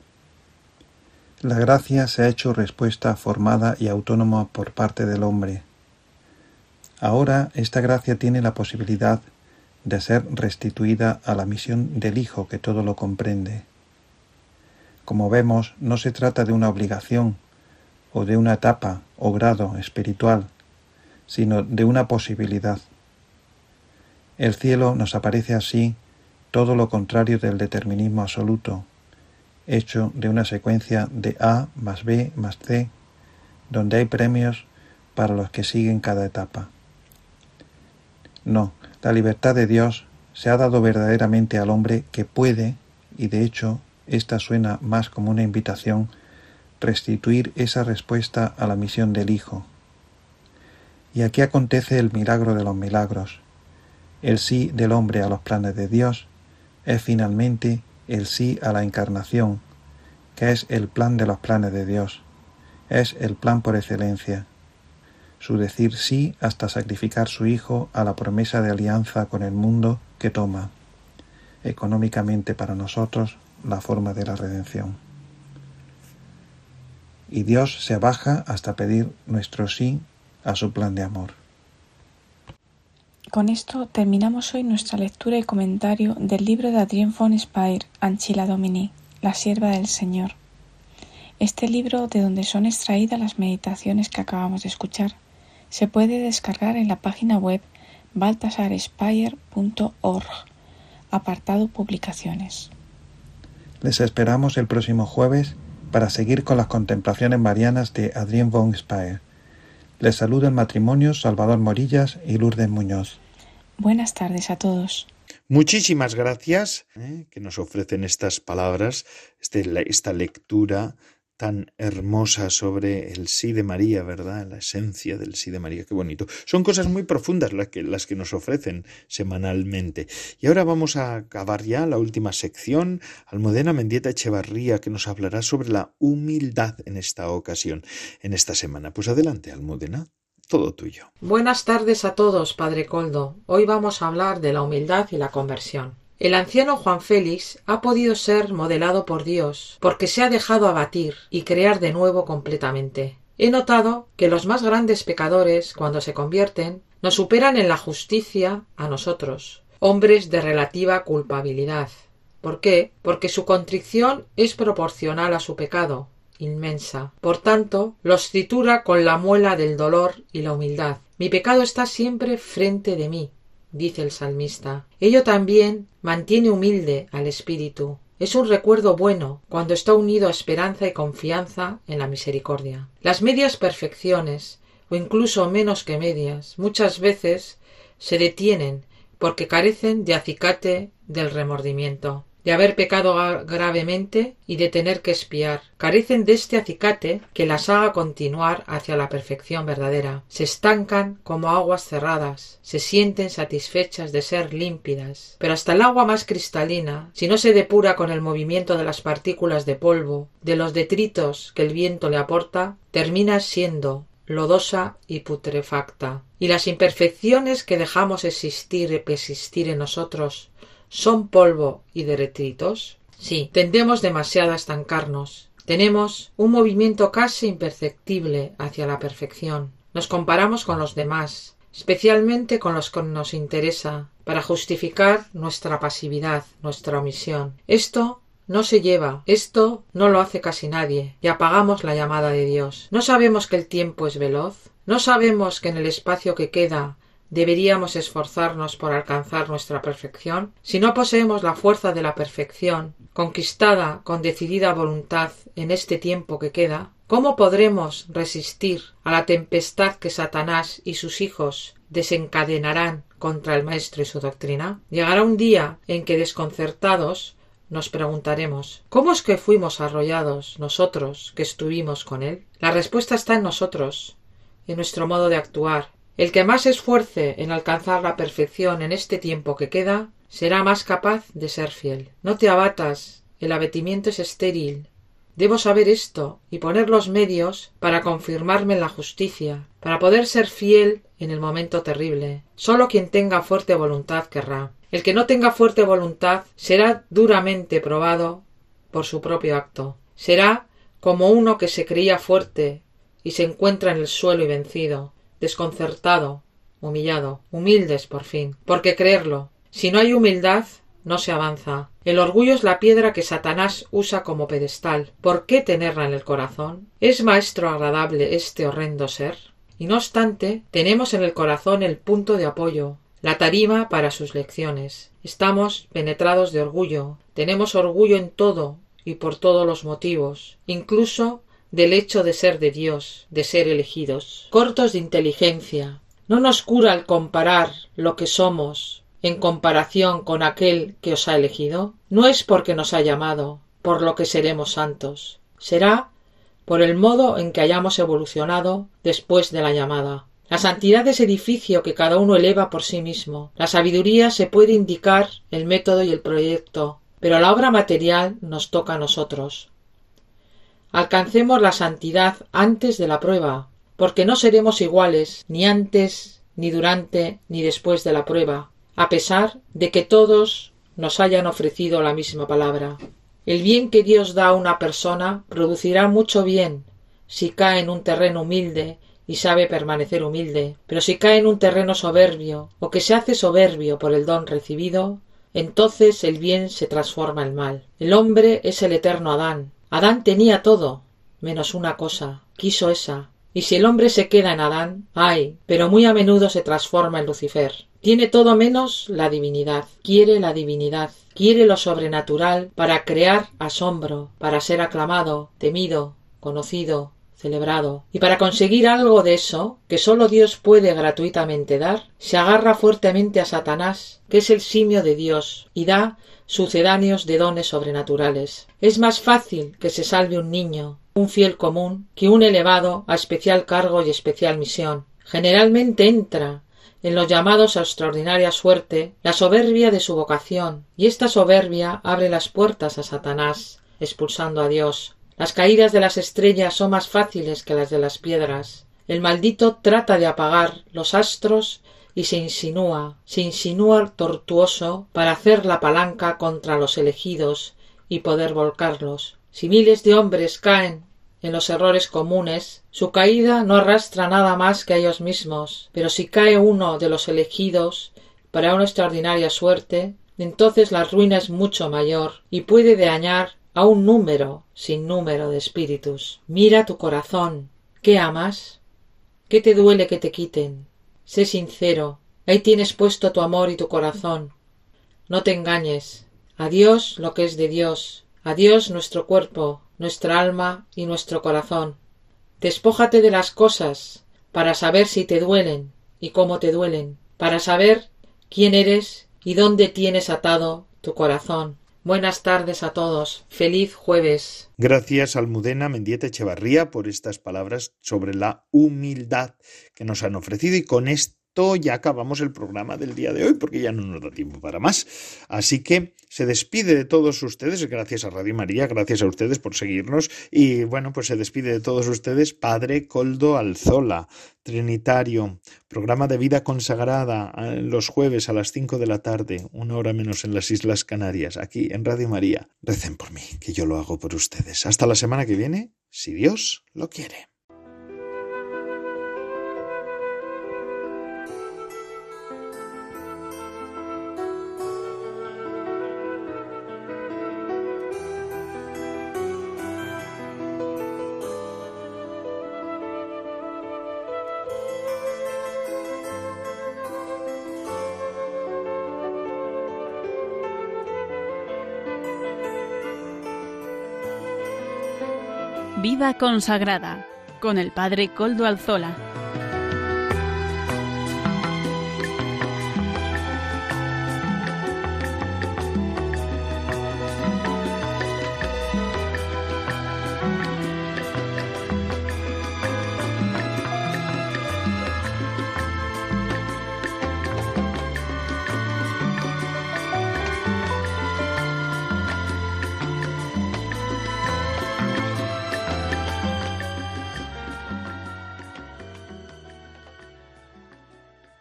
S7: La gracia se ha hecho respuesta formada y autónoma por parte del hombre. Ahora esta gracia tiene la posibilidad de ser restituida a la misión del Hijo que todo lo comprende. Como vemos, no se trata de una obligación o de una etapa o grado espiritual, sino de una posibilidad. El cielo nos aparece así todo lo contrario del determinismo absoluto, hecho de una secuencia de A más B más C, donde hay premios para los que siguen cada etapa. No, la libertad de Dios se ha dado verdaderamente al hombre que puede, y de hecho esta suena más como una invitación, restituir esa respuesta a la misión del Hijo. Y aquí acontece el milagro de los milagros. El sí del hombre a los planes de Dios es finalmente el sí a la encarnación, que es el plan de los planes de Dios, es el plan por excelencia. Su decir sí hasta sacrificar su Hijo a la promesa de alianza con el mundo que toma, económicamente para nosotros, la forma de la redención. Y Dios se baja hasta pedir nuestro sí a su plan de amor.
S8: Con esto terminamos hoy nuestra lectura y comentario del libro de Adrien von Speyr, Ancilla Domini, la sierva del Señor. Este libro, de donde son extraídas las meditaciones que acabamos de escuchar, se puede descargar en la página web baltasar speyer punto org, apartado Publicaciones.
S7: Les esperamos el próximo jueves para seguir con las contemplaciones marianas de Adrien von Speyr. Les saluda el matrimonio Salvador Morillas y Lourdes Muñoz.
S8: Buenas tardes a todos.
S2: Muchísimas gracias ¿eh? que nos ofrecen estas palabras, este, esta lectura tan hermosa sobre el sí de María, ¿verdad? La esencia del sí de María, qué bonito. Son cosas muy profundas las que, las que nos ofrecen semanalmente. Y ahora vamos a acabar ya la última sección, Almudena Mendieta Echevarría, que nos hablará sobre la humildad en esta ocasión, en esta semana. Pues adelante, Almudena, todo tuyo.
S9: Buenas tardes a todos, Padre Coldo. Hoy vamos a hablar de la humildad y la conversión. El anciano Juan Félix ha podido ser modelado por Dios, porque se ha dejado abatir y crear de nuevo completamente. He notado que los más grandes pecadores, cuando se convierten, nos superan en la justicia a nosotros, hombres de relativa culpabilidad. ¿Por qué? Porque su contrición es proporcional a su pecado, inmensa. Por tanto, los tritura con la muela del dolor y la humildad. Mi pecado está siempre frente de mí, dice el salmista. Ello también mantiene humilde al espíritu. Es un recuerdo bueno cuando está unido a esperanza y confianza en la misericordia. Las medias perfecciones, o incluso menos que medias, muchas veces se detienen porque carecen de acicate del remordimiento, de haber pecado gravemente y de tener que expiar. Carecen de este acicate que las haga continuar hacia la perfección verdadera. Se estancan como aguas cerradas, se sienten satisfechas de ser límpidas. Pero hasta el agua más cristalina, si no se depura con el movimiento de las partículas de polvo, de los detritos que el viento le aporta, termina siendo lodosa y putrefacta. Y las imperfecciones que dejamos existir y persistir en nosotros ¿son polvo y detritos? Sí, tendemos demasiado a estancarnos. Tenemos un movimiento casi imperceptible hacia la perfección. Nos comparamos con los demás, especialmente con los que nos interesa, para justificar nuestra pasividad, nuestra omisión. Esto no se lleva, esto no lo hace casi nadie, y apagamos la llamada de Dios. ¿No sabemos que el tiempo es veloz? ¿No sabemos que en el espacio que queda deberíamos esforzarnos por alcanzar nuestra perfección? Si no poseemos la fuerza de la perfección, conquistada con decidida voluntad en este tiempo que queda, ¿cómo podremos resistir a la tempestad que Satanás y sus hijos desencadenarán contra el Maestro y su doctrina? Llegará un día en que, desconcertados, nos preguntaremos, ¿cómo es que fuimos arrollados nosotros que estuvimos con él? La respuesta está en nosotros, en nuestro modo de actuar. El que más se esfuerce en alcanzar la perfección en este tiempo que queda, será más capaz de ser fiel. No te abatas, el abatimiento es estéril. Debo saber esto y poner los medios para confirmarme en la justicia, para poder ser fiel en el momento terrible. Solo quien tenga fuerte voluntad querrá. El que no tenga fuerte voluntad será duramente probado por su propio acto. Será como uno que se creía fuerte y se encuentra en el suelo y vencido, desconcertado, humillado, humildes por fin. Porque creerlo, si no hay humildad, no se avanza. El orgullo es la piedra que Satanás usa como pedestal. ¿Por qué tenerla en el corazón? ¿Es maestro agradable este horrendo ser? Y no obstante, tenemos en el corazón el punto de apoyo, la tarima para sus lecciones. Estamos penetrados de orgullo. Tenemos orgullo en todo y por todos los motivos, incluso del hecho de ser de Dios, de ser elegidos. Cortos de inteligencia. ¿No nos cura el comparar lo que somos en comparación con aquel que os ha elegido? No es porque nos ha llamado, por lo que seremos santos. Será por el modo en que hayamos evolucionado después de la llamada. La santidad es edificio que cada uno eleva por sí mismo. La sabiduría se puede indicar el método y el proyecto, pero la obra material nos toca a nosotros. Alcancemos la santidad antes de la prueba, porque no seremos iguales ni antes, ni durante, ni después de la prueba, a pesar de que todos nos hayan ofrecido la misma palabra. El bien que Dios da a una persona producirá mucho bien si cae en un terreno humilde y sabe permanecer humilde, pero si cae en un terreno soberbio o que se hace soberbio por el don recibido, entonces el bien se transforma en mal. El hombre es el eterno Adán. Adán tenía todo, menos una cosa, quiso esa. Y si el hombre se queda en Adán, ay, pero muy a menudo se transforma en Lucifer. Tiene todo menos la divinidad. Quiere la divinidad. Quiere lo sobrenatural para crear asombro, para ser aclamado, temido, conocido, celebrado. Y para conseguir algo de eso, que sólo Dios puede gratuitamente dar, se agarra fuertemente a Satanás, que es el simio de Dios, y da sucedáneos de dones sobrenaturales. Es más fácil que se salve un niño, un fiel común, que un elevado a especial cargo y especial misión. Generalmente entra en los llamados a extraordinaria suerte la soberbia de su vocación, y esta soberbia abre las puertas a Satanás, expulsando a Dios. Las caídas de las estrellas son más fáciles que las de las piedras. El maldito trata de apagar los astros y se insinúa, se insinúa tortuoso para hacer la palanca contra los elegidos y poder volcarlos. Si miles de hombres caen en los errores comunes, su caída no arrastra nada más que a ellos mismos, pero si cae uno de los elegidos para una extraordinaria suerte, entonces la ruina es mucho mayor y puede dañar a un número sin número de espíritus. Mira tu corazón. ¿Qué amas? ¿Qué te duele que te quiten? Sé sincero. Ahí tienes puesto tu amor y tu corazón. No te engañes. A Dios lo que es de Dios. A Dios nuestro cuerpo, nuestra alma y nuestro corazón. Despójate de las cosas para saber si te duelen y cómo te duelen, para saber quién eres y dónde tienes atado tu corazón. Buenas tardes a todos. Feliz jueves.
S2: Gracias, Almudena Mendieta Echevarría, por estas palabras sobre la humildad que nos han ofrecido, y con esto ya acabamos el programa del día de hoy porque ya no nos da tiempo para más. Así que se despide de todos ustedes, gracias a Radio María, gracias a ustedes por seguirnos, y bueno, pues se despide de todos ustedes Padre Koldo Alzola, trinitario, programa de vida consagrada los jueves a las cinco de la tarde, una hora menos en las Islas Canarias, aquí en Radio María. Recen por mí, que yo lo hago por ustedes. Hasta la semana que viene, si Dios lo quiere.
S1: Vida consagrada con el Padre Koldo Alzola.